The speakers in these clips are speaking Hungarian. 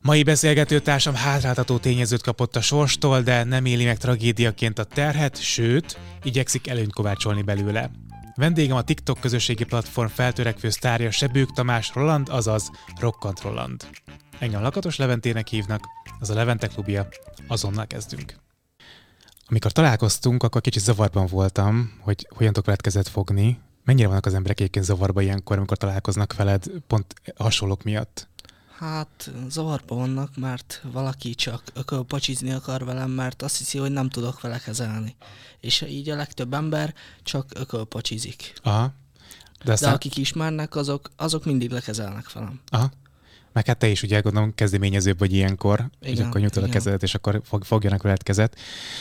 Mai beszélgetőtársam hátráltató tényezőt kapott a sorstól, de nem éli meg tragédiaként a terhet, sőt, igyekszik előnyt kovácsolni belőle. Vendégem a TikTok közösségi platform feltörekvő sztárja Sebők Tamás Roland, azaz Rokkant Roland. Engem Lakatos Leventének hívnak, az a Levente klubja, azonnal kezdünk. Amikor találkoztunk, akkor kicsit zavarban voltam, hogy hogyan tudok veled kezet fogni. Mennyire vannak az emberek egyébként zavarba ilyenkor, amikor találkoznak veled, pont hasonlók miatt? Hát zavarban vannak, mert valaki csak ökölpacsizni akar velem, mert azt hiszi, hogy nem tudok vele kezelni. És így a legtöbb ember csak ökölpacsizik. Aha. De akik ismernek, azok mindig lekezelnek velem. Aha. Meg hát te is ugye gondolom kezdeményezőbb vagy ilyenkor, hogy akkor nyújtod a kezedet, és akkor fogjanak veled kezet.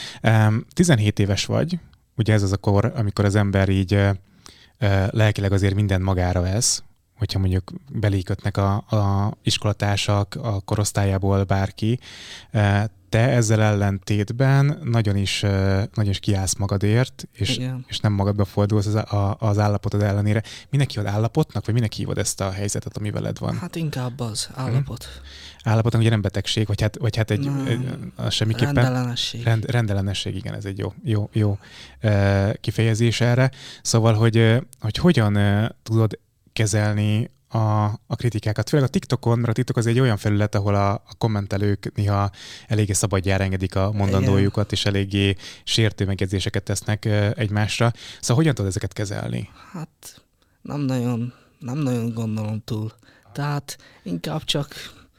17 éves vagy, ugye ez az a kor, amikor az ember így lelkileg azért mindent magára vesz, hogyha mondjuk belékötnek a iskolatársak, a korosztályából bárki. Te ezzel ellentétben nagyon is kiállsz magadért, és nem magadba fordulsz az állapotod ellenére. Minek hívod állapotnak, vagy minek hívod ezt a helyzetet, ami veled van? Hát inkább az állapot. Állapotnak ugye nem betegség, vagy hát egy semmiképpen... Rendellenesség. Rendellenesség, igen, ez egy jó kifejezés erre. Szóval, hogy hogyan tudod kezelni a kritikákat. Főleg a TikTokon, mert a TikTok az egy olyan felület, ahol a kommentelők néha eléggé szabadjára engedik a mondandójukat, és eléggé sértő megjegyzéseket tesznek egymásra. Szóval hogyan tudod ezeket kezelni? Hát nem nagyon gondolom túl. Tehát inkább csak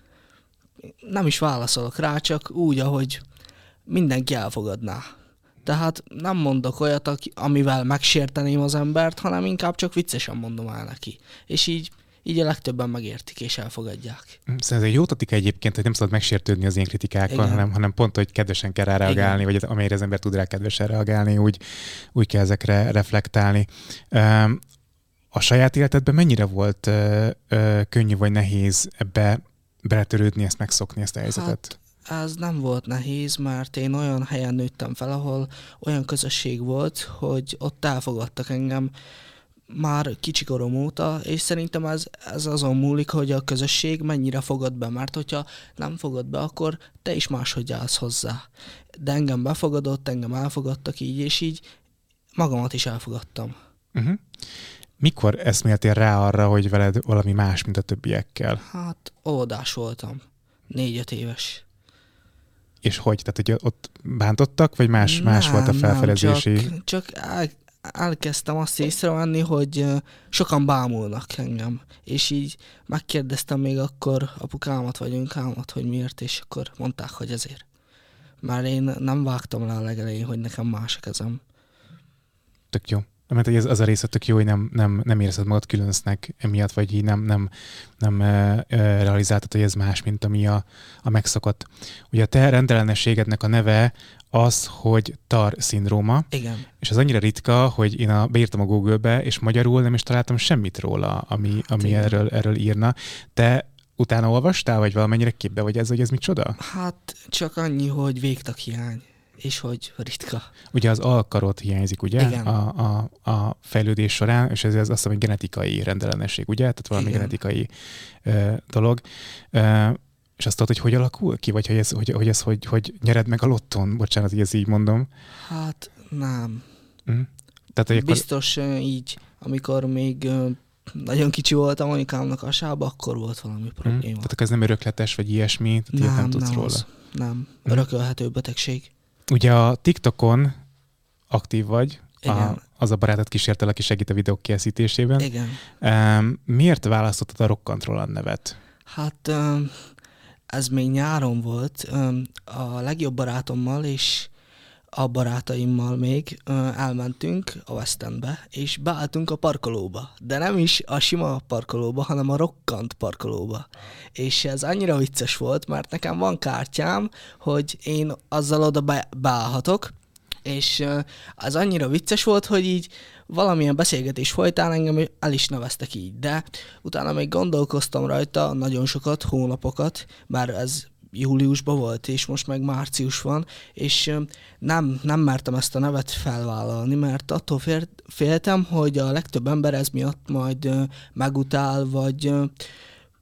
nem is válaszolok rá, csak úgy, ahogy mindenki elfogadná. Tehát nem mondok olyat, amivel megsérteném az embert, hanem inkább csak viccesen mondom el neki. És így a legtöbben megértik és elfogadják. Szerintem ez egy jó taktika egyébként, hogy nem szabad megsértődni az ilyen kritikákkal, hanem pont, hogy kedvesen kell rá reagálni, vagy amelyre az ember tud rá kedvesen reagálni, úgy kell ezekre reflektálni. A saját életedben mennyire volt könnyű vagy nehéz ebbe beletörődni, ezt megszokni, ezt a helyzetet? Hát, ez nem volt nehéz, mert én olyan helyen nőttem fel, ahol olyan közösség volt, hogy ott elfogadtak engem már kicsikorom óta, és szerintem ez azon múlik, hogy a közösség mennyire fogad be, mert hogyha nem fogad be, akkor te is máshogy állsz hozzá. De engem befogadott, engem elfogadtak így, és így magamat is elfogadtam. Uh-huh. Mikor eszméltél rá arra, hogy veled valami más, mint a többiekkel? Hát óvodás voltam, 4-5 éves. És hogy? Tehát, hogy ott bántottak, vagy más volt a felfedezési? Nem, csak elkezdtem azt észrevenni, hogy sokan bámulnak engem. És így megkérdeztem még akkor apukámat vagy önkámat, hogy miért, és akkor mondták, hogy ezért. Már én nem vágtam le a legelején, hogy nekem más a kezem. Tök jó. Mert ez az a része tök jó, hogy nem érzed magad különsznek emiatt, vagy így nem realizáltad, hogy ez más, mint ami a megszokott. Ugye a te rendellenességednek a neve az, hogy TAR-szindróma. Igen. És az annyira ritka, hogy én beírtam a Google-be, és magyarul nem is találtam semmit róla, ami erről írna. Te utána olvastál, vagy valamennyire képbe vagy ez, hogy ez micsoda? Hát csak annyi, hogy végtaghiány. És hogy ritka. Ugye az alkarot hiányzik, ugye? Igen. A fejlődés során, és ez azt hiszem, hogy genetikai rendellenesség, ugye? Tehát valami genetikai dolog. És azt tudod, hogy alakul ki? Vagy hogy nyered meg a lotton? Bocsánat, hogy ezt így mondom. Hát nem. Tehát, biztos így, amikor még nagyon kicsi voltam anyukámnak a sába, akkor volt valami probléma. Tehát ez nem örökletes, vagy ilyesmi? Tehát nem tudsz róla? Nem. Örökölhető betegség. Ugye a TikTokon aktív vagy, az a barátod kísértel, aki segít a videók készítésében. Igen. Miért választottad a Rokkant Roland nevet? Hát ez még nyáron volt. A legjobb barátommal és a barátaimmal még elmentünk a West Endbe, és beálltunk a parkolóba. De nem is a sima parkolóba, hanem a Rokkant parkolóba. És ez annyira vicces volt, mert nekem van kártyám, hogy én azzal oda beállhatok, és az annyira vicces volt, hogy így valamilyen beszélgetés folytán engem el is neveztek így. De utána még gondolkoztam rajta nagyon sokat, hónapokat, bár ez júliusban volt, és most meg március van, és nem mertem ezt a nevet felvállalni, mert attól féltem, hogy a legtöbb ember ez miatt majd megutál, vagy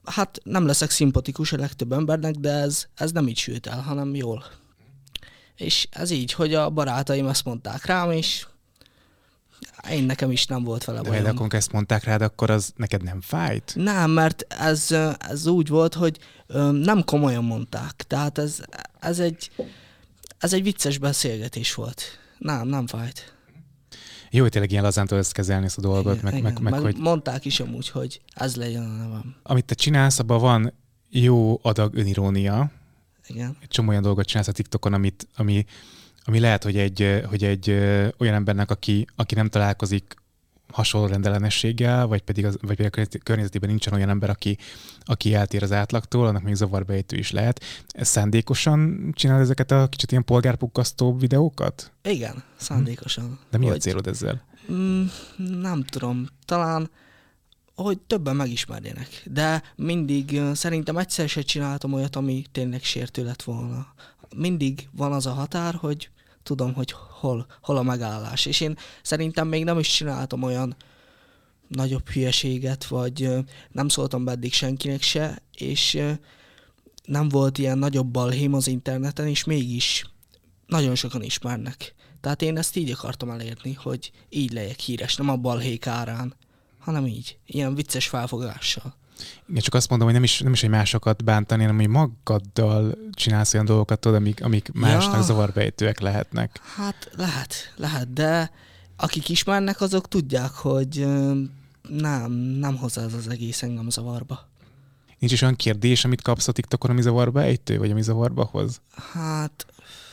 hát nem leszek szimpatikus a legtöbb embernek, de ez nem így sült el, hanem jól. És ez így, hogy a barátaim ezt mondták rám, és nekem is nem volt vele bajom. De akkor ezt mondták rád, akkor az neked nem fájt? Nem, mert ez úgy volt, hogy nem komolyan mondták. Tehát ez egy vicces beszélgetés volt. Nem fájt. Jó, hogy tényleg ilyen lazán tudod ezt kezelni ezt a dolgot. Igen, meg hogy mondták is amúgy, hogy ez legyen a nevem. Amit te csinálsz, abban van jó adag önirónia. Igen. Egy csomó olyan dolgot csinálsz a TikTokon, ami lehet, hogy egy olyan embernek, aki nem találkozik hasonló rendellenességgel, vagy pedig a környezetében nincsen olyan ember, aki eltér az átlagtól, annak még zavarbejtő is lehet. Ez szándékosan csinál ezeket a kicsit ilyen polgárpukkasztó videókat? Igen, szándékosan. De mi a célod ezzel? Nem tudom, talán hogy többen megismerjenek. De mindig szerintem egyszer se csináltam olyat, ami tényleg sértő lett volna. Mindig van az a határ, hogy tudom, hogy hol a megállás. És én szerintem még nem is csináltam olyan nagyobb hülyeséget, vagy nem szóltam be eddig senkinek se, és nem volt ilyen nagyobb balhém az interneten, és mégis nagyon sokan ismernek. Tehát én ezt így akartam elérni, hogy így legyek híres, nem a balhék árán, hanem így, ilyen vicces felfogással. Igen, csak azt mondom, hogy nem is hogy másokat bántani, hanem hogy magaddal csinálsz olyan dolgokat, tudod, amik másnak zavarbejtőek lehetnek. Hát lehet, de akik ismernek, azok tudják, hogy nem hozza ez az egész engem zavarba. Nincs is olyan kérdés, amit kapsz a TikTokon, ami zavarba ejtő, vagy ami zavarba hoz? Hát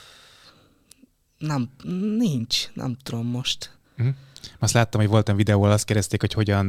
nem tudom most. Azt láttam, hogy voltam videóval, azt kérdezték, hogy hogyan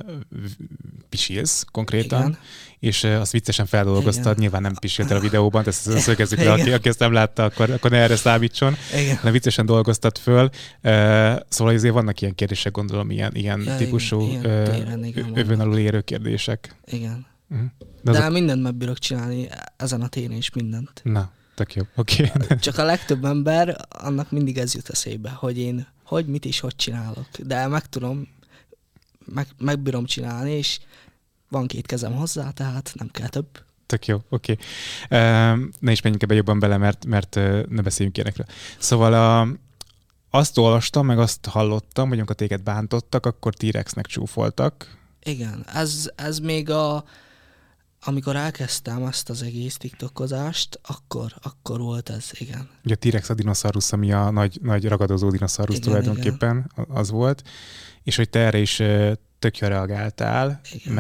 pisilsz konkrétan, igen. És azt viccesen feldolgoztad, igen. Nyilván nem pisiltél a videóban, ezt szögezzük le, aki ezt nem látta, akkor ne erre számítson, de viccesen dolgoztad föl. Szóval azért vannak ilyen kérdések, gondolom, ilyen típusú övön alul érő kérdések. Igen. De mindent megbírok csinálni ezen a téren is, mindent. Na, tök jó, oké. Csak a legtöbb ember, annak mindig ez jut eszébe, hogy én mit is, hogy csinálok. De megbírom csinálni, és van 2 kezem hozzá, tehát nem kell több. Tök jó, oké. Ne is menjünk ebbe jobban bele, mert ne beszéljünk ilyenekről. Szóval azt olvastam, meg azt hallottam, hogy amikor téged bántottak, akkor T-Rexnek csúfoltak. Igen, ez még amikor elkezdtem ezt az egész tiktokozást, akkor volt ez, igen. Ugye a T-Rex a dinoszaurusz, ami a nagy ragadozó dinoszaurusz tulajdonképpen igen. Az volt, és hogy te erre is tök jól reagáltál,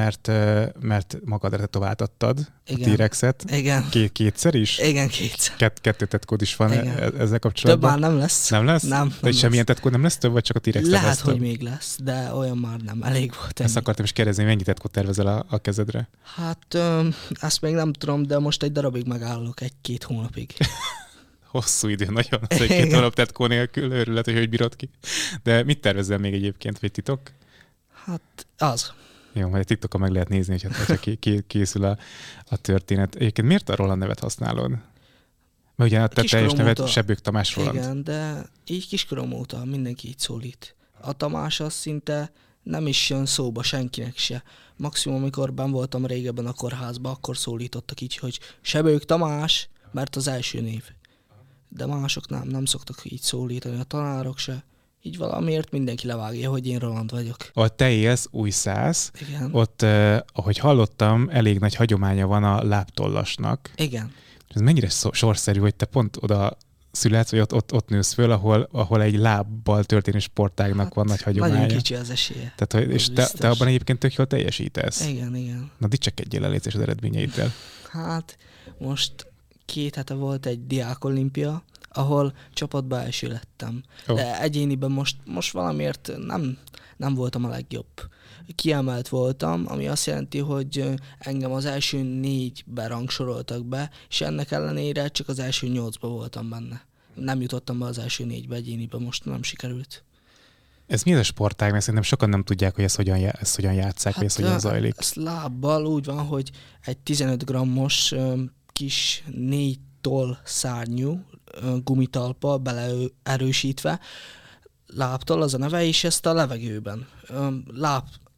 mert magadra tetováltattad a T-Rexet. Igen. Kétszer is? Igen, kétszer. 2 tetkód is van ezzel kapcsolatban. Több már nem lesz. Nem lesz? Nem. Vagy semmilyen tetkód nem lesz több, vagy csak a T-Rex lehet, hogy még lesz, de olyan már nem. Elég volt ennyi. Ezt akartam is kérdezni, mennyi tetkót tervezel a kezedre? Hát ezt még nem tudom, de most egy darabig megállok, 1-2 hónapig. Hosszú idő, nagyon. Az 1-2 hónap tetkó nélkül, őrület, hogy bírod ki. De mit tervezel még egyébként, vagy titok? Hát az. Jó, majd a TikTokon meg lehet nézni, hogyha készül a történet. Egyébként miért a Roland nevet használod? Mert ugye a te teljes nevet Sebők Tamás Roland. Igen, de így kiskorom óta mindenki így szólít. A Tamás az szinte nem is jön szóba senkinek se. Maximum, amikor benn voltam régebben a kórházban, akkor szólítottak így, hogy Sebők Tamás, mert az első név. De mások nem szoktak így szólítani, a tanárok se. Így valamiért mindenki levágja, hogy én Roland vagyok. Ahol te élsz, Újszász, igen. Ott, ahogy hallottam, elég nagy hagyománya van a lábtollasnak. Igen. Ez mennyire sorszerű, hogy te pont oda születsz, vagy ott nősz föl, ahol egy lábbal történő sportágnak van nagy hagyománya. Nagyon kicsi az esélye. Tehát, és te abban egyébként tök jól teljesítesz. Igen. Na, dicsekedjél el az eredményeiddel. Hát most 2 hete volt egy diákolimpia, ahol csapatba első lettem. De egyéniben most valamiért nem voltam a legjobb. Kiemelt voltam, ami azt jelenti, hogy engem az első 4-be rangsoroltak be, és ennek ellenére csak az első 8-ba voltam benne. Nem jutottam be az első 4-be egyéniben, most nem sikerült. Ez mi ez a sportág? Mert szerintem sokan nem tudják, hogy ezt hogyan játsszák, vagy ez hogyan zajlik. Ez lábbal úgy van, hogy egy 15 grammos kis 4 toll szárnyú gumitalpa beleerősítve, lábtól az a neve, és ezt a levegőben,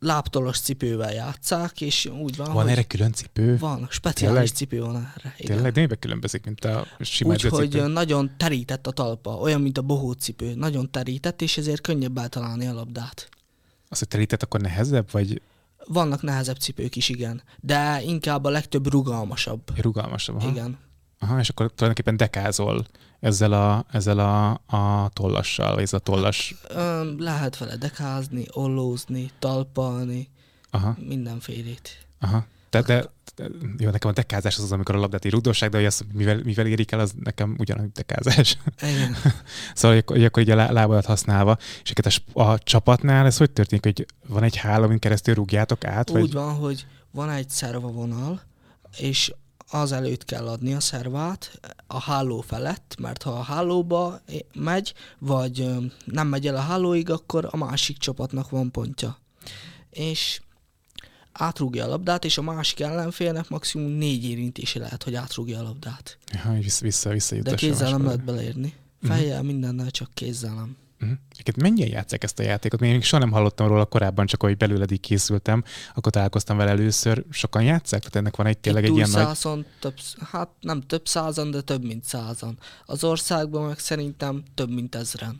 lábtolos cipővel játsszák, és úgy van, Van erre külön cipő? Van, speciális cipő van erre. Igen. Tényleg? De miben különbözik, mint a sima úgy, edzőcipő? hogy nagyon terített a talpa, olyan, mint a bohóc cipő. Nagyon terített, és ezért könnyebb eltalálni a labdát. Az, hogy terített, akkor nehezebb, vagy Vannak nehezebb cipők is, igen. De inkább a legtöbb rugalmasabb. rugalmasabb? Aha. Igen. Aha, és akkor tulajdonképpen dekázol ezzel a tollassal, vagy ez a tollas... Lehet vele dekázni, ollózni, talpalni, Aha. mindenfélét. Aha. De jó, nekem a dekázás az, amikor a labdát így rugdossák, de hogy azt mivel érik el, az nekem ugyanúgy dekázás. Igen. Szóval akkor így a lábadat használva, és a csapatnál ez hogy történik, hogy van egy háló, amin keresztül rúgjátok át? Úgy van, hogy van egy szervavonal, és az előtt kell adni a szervát a háló felett, mert ha a hálóba megy, vagy nem megy el a hálóig, akkor a másik csapatnak van pontja. És átrúgja a labdát, és a másik ellenfélnek maximum 4 érintése lehet, hogy átrúgja a labdát. Ja, visszajutassa. De kézzel nem lehet beleérni. Fejjel mindennel, csak kézzel nem. Mennyien játsszák ezt a játékot? Még soha nem hallottam róla korábban, csak ahogy belőled így készültem, akkor találkoztam vele először. Sokan játsszák? Tehát ennek van tényleg egy ilyen nagy... nem több százan, de több mint 100-an. Az országban meg szerintem több mint 1000-en.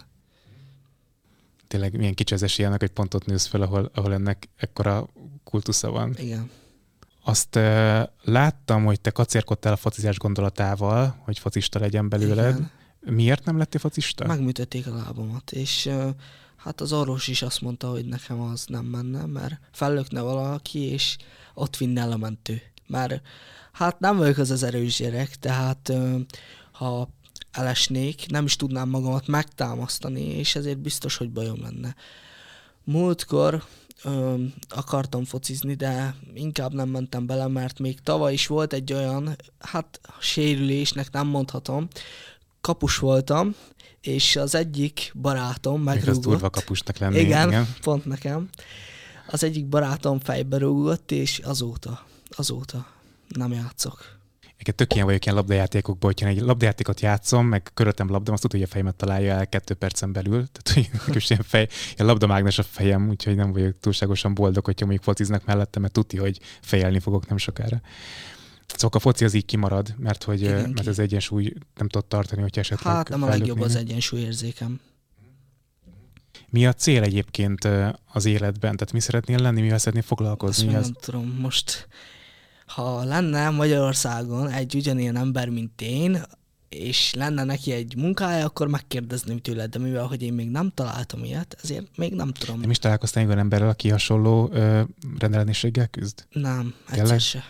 Tényleg milyen kicsi az esélyenek, hogy pontot nősz fel, ahol ennek ekkora kultusza van. Igen. Azt láttam, hogy te kacérkodtál a focizás gondolatával, hogy focista legyen belőled. Igen. Miért nem lettél focista? Megműtötték a lábamat, és hát az orvos is azt mondta, hogy nekem az nem menne, mert fellökne valaki, és ott vinne el a mentő. Mert hát nem vagyok az erős gyerek, tehát ha elesnék, nem is tudnám magamat megtámasztani, és ezért biztos, hogy bajom lenne. Múltkor akartam focizni, de inkább nem mentem bele, mert még tavaly is volt egy olyan, hát sérülésnek nem mondhatom, kapus voltam, és az egyik barátom megrúgott. Még az durva kapusnak lenni. Igen, pont nekem. Az egyik barátom fejbe rúgott, és azóta nem játszok. Én tök ilyen vagyok ilyen labdajátékokban, hogyha egy labdajátékot játszom, meg körülöttem labdám, azt tudja, hogy a fejemet találja el 2 percen belül. Tehát hogy ilyen labdamágnes a fejem, úgyhogy nem vagyok túlságosan boldog, hogyha mondjuk fociznak mellettem, mert tudja, hogy fejelni fogok nem sokára. Szóval a foci az így kimarad, mert az egyensúly nem tud tartani, hogyha esetleg hát nem a legjobb az egyensúlyérzékem. Mi a cél egyébként az életben? Tehát mi szeretnél lenni, mivel szeretnél foglalkozni? Nem tudom, most ha lenne Magyarországon egy ugyanilyen ember, mint én, és lenne neki egy munkája, akkor megkérdezném tőle, de mivel, hogy én még nem találtam ilyet, ezért még nem tudom. Nem is találkoztál olyan emberrel, aki hasonló rendellenességgel küzd? Nem, egyszer se.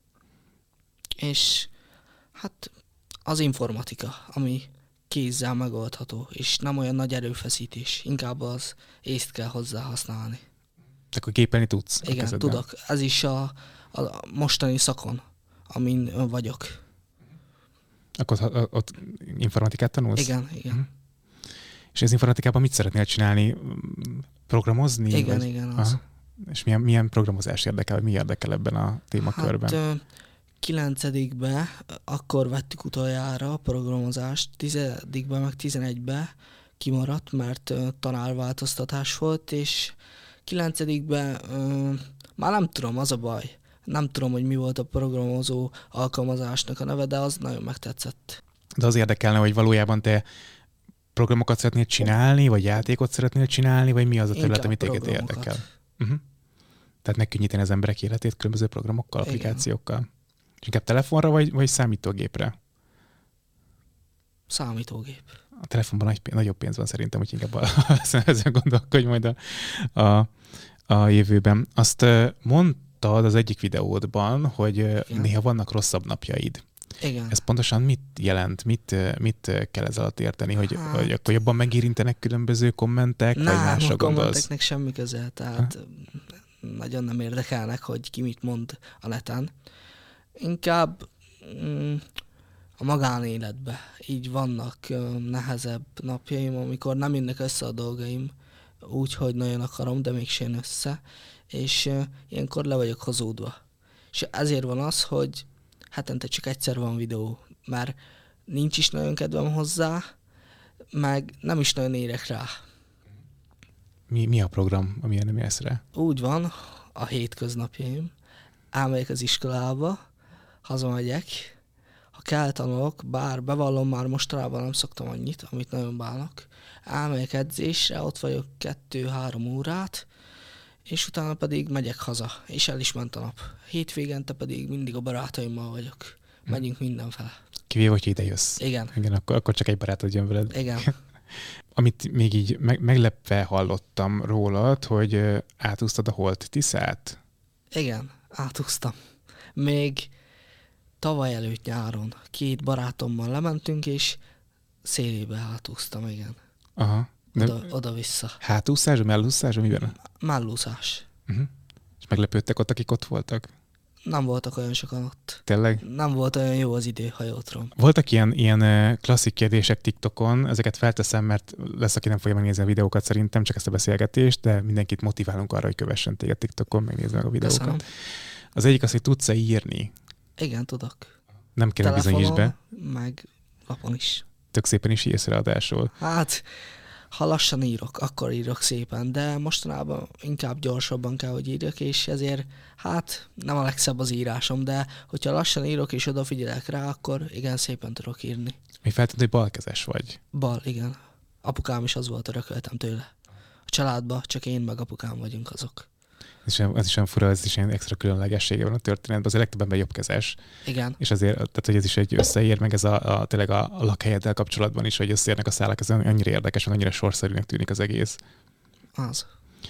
És hát az informatika, ami kézzel megoldható, és nem olyan nagy erőfeszítés, inkább az észt kell hozzá használni. Akkor gépelni tudsz? Igen, tudok. Ez is a mostani szakon, amin vagyok. Akkor ott informatikát tanulsz? Igen. És az informatikában mit szeretnél csinálni? Programozni? Igen, az. Aha. És milyen programozás érdekel, vagy mi érdekel ebben a témakörben? Hát 9-ben akkor vettük utoljára a programozást, 10-ben meg 11-ben kimaradt, mert tanárváltoztatás volt, és 9-ben már nem tudom, az a baj. Nem tudom, hogy mi volt a programozó alkalmazásnak a neve, de az nagyon megtetszett. De az érdekelne, hogy valójában te programokat szeretnél csinálni, vagy játékot szeretnél csinálni, vagy mi az a terület, ami téged érdekel? Tehát megkönnyíteni az emberek életét különböző programokkal, applikációkkal. És inkább telefonra, vagy számítógépre? Számítógép. A telefonban nagyobb pénz van szerintem, hogy inkább ezen gondolkodj majd a jövőben. Azt mondtad az egyik videódban, hogy néha vannak rosszabb napjaid. Igen. Ez pontosan mit jelent? Mit kell ez alatt érteni? Hogy akkor jobban megérintenek különböző kommentek? Nem, vagy másra a gondolsz? kommenteknek semmi köze, tehát nagyon nem érdekelnek, hogy ki mit mond a neten. Inkább a magánéletben így vannak nehezebb napjaim, amikor nem jönnek össze a dolgaim úgy, hogy nagyon akarom, de még jön össze, és ilyenkor le vagyok hazudva. És ezért van az, hogy hetente csak egyszer van videó, mert nincs is nagyon kedvem hozzá, meg nem is nagyon érek rá. Mi a program, amilyen nem élsz rá? Úgy van, a hétköznapjaim. Elmegyek az iskolába, hazamegyek, ha kell tanulok, bár bevallom, már mostanában nem szoktam annyit, amit nagyon bánok. Elmegyek edzésre, ott vagyok 2-3 órát, és utána pedig megyek haza, és el is ment a nap. Hétvégente pedig mindig a barátaimmal vagyok. Megyünk mindenfele. Kivéve, hogy ide jössz. Igen. Igen, akkor csak egy barátod jön veled. Igen. Amit még így meglepve hallottam rólad, hogy átúztad a Holt Tiszát. Igen, átúztam. Még tavaly előtt nyáron 2 barátommal lementünk, és szélébe átúztam, igen. Aha. Oda-vissza. Hátúszás, mellúszás, miben? Mellúszás. És meglepődtek ott, akik ott voltak? Nem voltak olyan sokan ott. Tényleg? Nem volt olyan jó az idő, ha jól tudom. Voltak ilyen klasszik kérdések TikTokon, ezeket felteszem, mert lesz, aki nem fogja megnézni a videókat szerintem, csak ezt a beszélgetést, de mindenkit motiválunk arra, hogy kövessen téged TikTokon, megnézze meg a videókat. Köszönöm. Az egyik az, hogy tudsz-e írni? Igen, tudok. Nem kérem, bizonyíts be. Meg lapon is. Tök szépen is írsz ráadásul. Hát, ha lassan írok, akkor írok szépen, de mostanában inkább gyorsabban kell, hogy írjak, és ezért hát nem a legszebb az írásom, de hogyha lassan írok és odafigyelek rá, akkor igen, szépen tudok írni. Mi feltűnt, hogy balkezes vagy? Bal, igen. Apukám is az volt, örököltem tőle. A családban csak én meg apukám vagyunk azok. Ez is olyan fura, ez is egy extra különlegessége van a történetben, az a legtöbb ember jobbkezes. Igen. És azért, tehát hogy ez is egy összeér, meg ez tényleg a lakhelyeddel kapcsolatban is, hogy összeérnek a szálak, ez annyira érdekes, annyira sorszerűnek tűnik az egész. Az.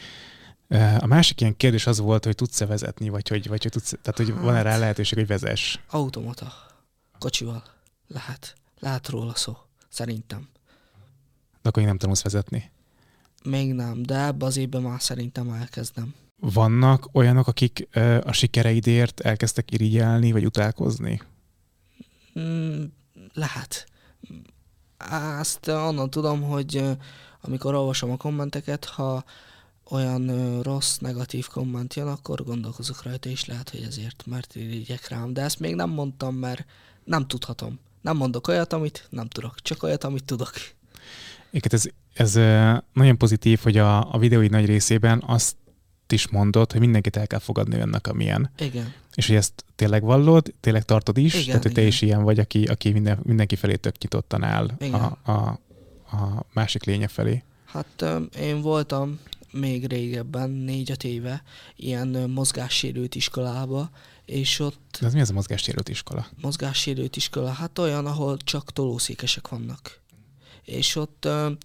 A másik ilyen kérdés az volt, hogy tudsz-e vezetni, vagy hogy tudsz, tehát hogy van-e rá lehetőség, hogy vezess? Automata. Kocsival. Lehet róla szó. Szerintem. De akkor még nem tanulsz vezetni. Még nem, de ebbe az évben már szerintem elkezdem. Vannak olyanok, akik a sikereidért elkezdtek irigyelni, vagy utálkozni? Lehet. Ezt onnan tudom, hogy amikor olvasom a kommenteket, ha olyan rossz, negatív komment jön, akkor gondolkozok rajta, és lehet, hogy ezért, mert irigyek rám. De ezt még nem mondtam, mert nem tudhatom. Nem mondok olyat, amit nem tudok, csak olyat, amit tudok. Ez nagyon pozitív, hogy a videóid nagy részében azt is mondod, hogy mindenkit el kell fogadni önnek, amilyen. Igen. És hogy ezt tényleg vallod, tényleg tartod is, igen, tehát hogy te is ilyen vagy, aki mindenki felé tök nyitottan áll a másik lénye felé. Hát én voltam még régebben, 4-5 éve ilyen mozgássérült iskolába, és ott... De ez mi az a mozgássérült iskola? Mozgássérült iskola, hát olyan, ahol csak tolószékesek vannak. És ott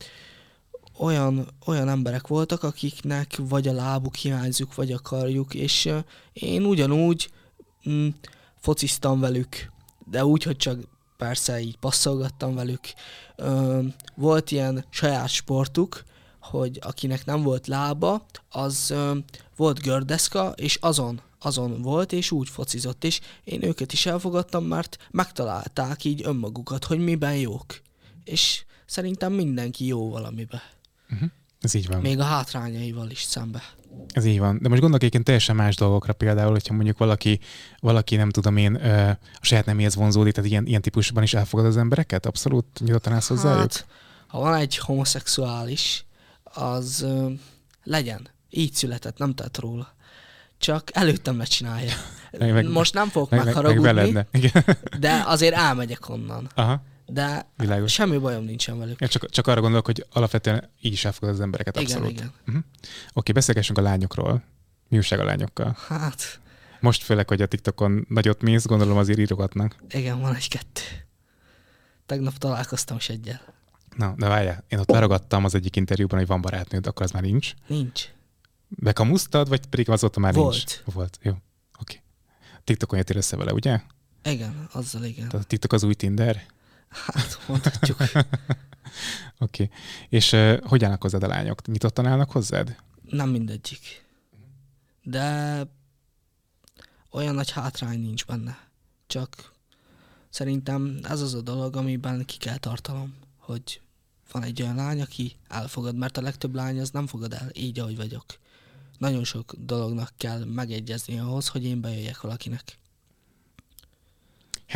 olyan emberek voltak, akiknek vagy a lábuk hiányzik, vagy a karjuk, és én ugyanúgy fociztam velük, de úgy, hogy csak persze így passzolgattam velük. Volt ilyen saját sportuk, hogy akinek nem volt lába, az volt gördeszka, és azon volt, és úgy focizott, és én őket is elfogadtam, mert megtalálták így önmagukat, hogy miben jók. És szerintem mindenki jó valamibe. Ez így van. Még a hátrányaival is szembe. Ez így van. De most gondolok egyébként teljesen más dolgokra, például, hogyha mondjuk valaki nem tudom én, a saját neméhez vonzódik, tehát ilyen típusban is elfogad az embereket? Abszolút nyugodtan állsz hozzájuk? Hát, ha van egy homoszexuális, az legyen. Így született, nem tett róla. Csak előttem lecsinálja. Most nem fogok megharagudni, de azért elmegyek onnan. Aha. De világos. Semmi bajom nincsen velük. Ja, csak arra gondolok, hogy alapvetően így is elfogad az embereket, abszolút. Igen. Oké, beszélgessünk a lányokról. Mi újság a lányokkal? Hát... Most főleg, hogy a TikTokon nagyot mész, gondolom azért írogatnak. Igen, van 1-2. Tegnap találkoztam is egyel. Na, de várjál, én ott leragadtam az egyik interjúban, hogy van barátnőd, akkor az már nincs. Nincs. Bekamusztad, vagy pedig azóta már Volt. Nincs? Volt. Jó, oké. TikTokon jöttél össze vele, ugye? Igen, azzal igen. Tehát a TikTok az új Tinder? Hát, mondhatjuk. Oké. És hogy állnak hozzád a lányok? Nyitottan állnak hozzád? Nem mindegyik. De olyan nagy hátrány nincs benne. Csak szerintem ez az a dolog, amiben ki kell tartanom, hogy van egy olyan lány, aki elfogad, mert a legtöbb lány az nem fogad el így, ahogy vagyok. Nagyon sok dolognak kell megegyezni ahhoz, hogy én bejöjjek valakinek. Hát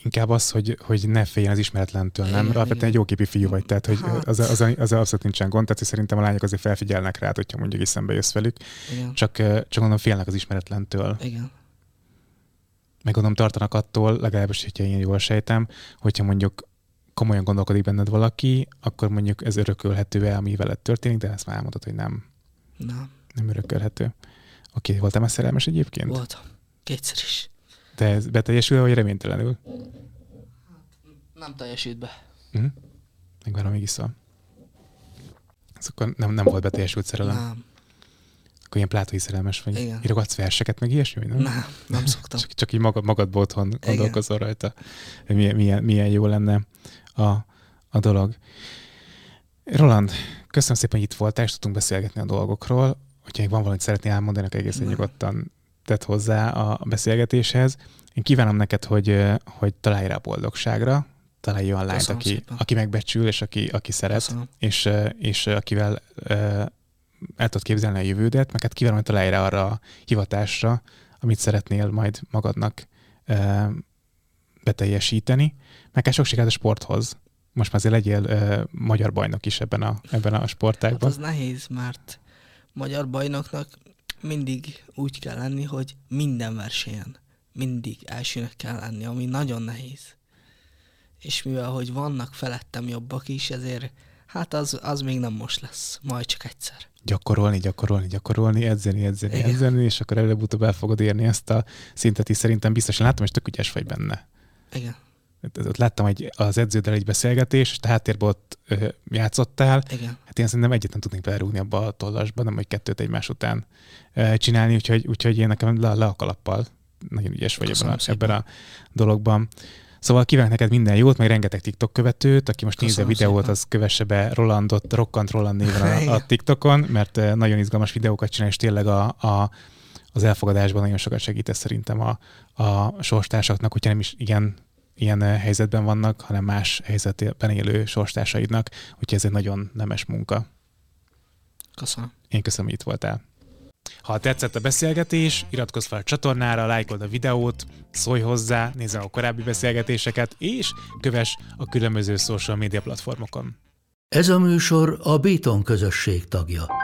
inkább az, hogy ne féljen az ismeretlentől, nem? Alapvetően egy jóképi fiú vagy, tehát hogy az abszolút nincsen gond, tehát szerintem a lányok azért felfigyelnek rád, hogyha mondjuk is szembe jössz velük. Csak gondolom félnek az ismeretlentől. Igen. Meg gondolom tartanak attól, legalábbis, hogyha én jól sejtem, hogyha mondjuk komolyan gondolkodik benned valaki, akkor mondjuk ez örökölhető-e, ami veled történik, de ezt már elmondod, hogy nem. Nem örökölhető. Oké, voltál már szerelmes egyébként? Voltam. 2-szer is. De ez beteljesül, vagy reménytelenül? Nem teljesült be. Meg valami iszol. Ez akkor nem volt beteljesült szerelem? Nem. Akkor ilyen plátói szerelmes vagy? Igen. Írogatsz verseket, meg ilyesmi, nem? Nem szoktam. Csak így magadból otthon gondolkozol rajta, hogy milyen jó lenne a dolog. Roland, köszönöm szépen, hogy itt voltál, és tudtunk beszélgetni a dolgokról. Hogyha még van valamit szeretnél elmondani, akkor egészen nyugodtan tedd hozzá a beszélgetéshez. Én kívánom neked, hogy találj rá a boldogságra, találj olyan lányt, aki megbecsül, és aki szeret, és akivel el tudod képzelni a jövődet, meg hát kívánom, hogy találj rá arra a hivatásra, amit szeretnél majd magadnak beteljesíteni, meg hát sok sikert a sporthoz. Most már azért legyél magyar bajnok is ebben a sportágban. Hát az nehéz, mert magyar bajnoknak mindig úgy kell lenni, hogy minden versenyen mindig elsőnek kell lenni, ami nagyon nehéz. És mivel, hogy vannak felettem jobbak is, ezért hát az még nem most lesz, majd csak egyszer. Gyakorolni, edzeni, és akkor előbb-utóbb el fogod érni ezt a szintet is. Szerintem biztosan látom, és tök ügyes vagy benne. Igen. Ott láttam az edződdel egy beszélgetés, és te háttérben ott játszottál. Igen. Hát én szerintem egyet nem tudnék belerúgni abba a tollasba, nem hogy 2 egymás után csinálni, úgyhogy én nekem le a kalappal nagyon ügyes vagy ebben a dologban. Szóval kívánok neked minden jót, meg rengeteg TikTok követőt, aki most nézi a videót, szépen. Az kövesse be Rolandot, Rokkant Roland néven a TikTokon, mert nagyon izgalmas videókat csinál, és tényleg az elfogadásban nagyon sokat segít szerintem a sorstársaknak, hogyha nem is ilyen helyzetben vannak, hanem más helyzetben élő sorstársaidnak, úgyhogy ez egy nagyon nemes munka. Köszönöm. Én köszönöm, hogy itt voltál. Ha tetszett a beszélgetés, iratkozz fel a csatornára, lájkold a videót, szólj hozzá, nézd a korábbi beszélgetéseket, és kövess a különböző social media platformokon. Ez a műsor a Béton közösség tagja.